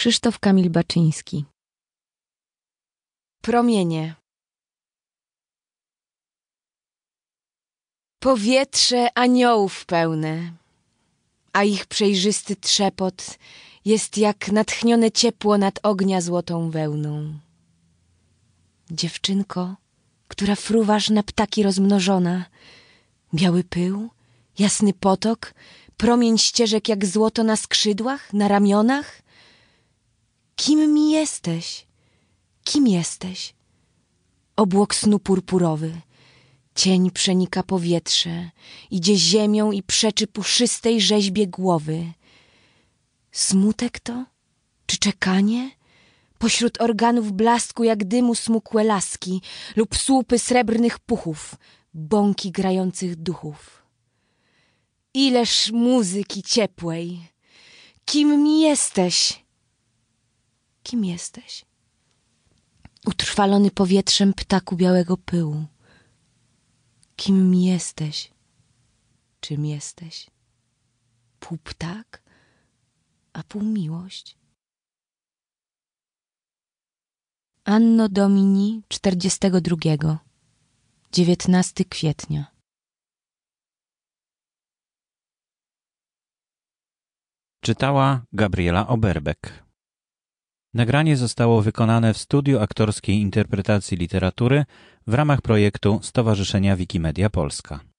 Krzysztof Kamil Baczyński. Promienie. Powietrze aniołów pełne, a ich przejrzysty trzepot jest jak natchnione ciepło nad ognia złotą wełną. Dziewczynko, która fruwasz na ptaki rozmnożona, biały pył, jasny potok, promień ścieżek jak złoto na skrzydłach, na ramionach? Kim mi jesteś? Kim jesteś? Obłok snu purpurowy, cień przenika powietrze, idzie ziemią i przeczy puszystej rzeźbie głowy. Smutek to? Czy czekanie? Pośród organów blasku jak dymu smukłe laski lub słupy srebrnych puchów, bąki grających duchów. Ileż muzyki ciepłej! Kim mi jesteś? Kim jesteś? Utrwalony powietrzem ptaku białego pyłu. Kim mi jesteś? Czym jesteś? Pół ptak, a pół miłość? Anno Domini 42. 19 kwietnia. Czytała Gabriela Oberbeck. Nagranie zostało wykonane w Studiu Aktorskiej Interpretacji Literatury w ramach projektu Stowarzyszenia Wikimedia Polska.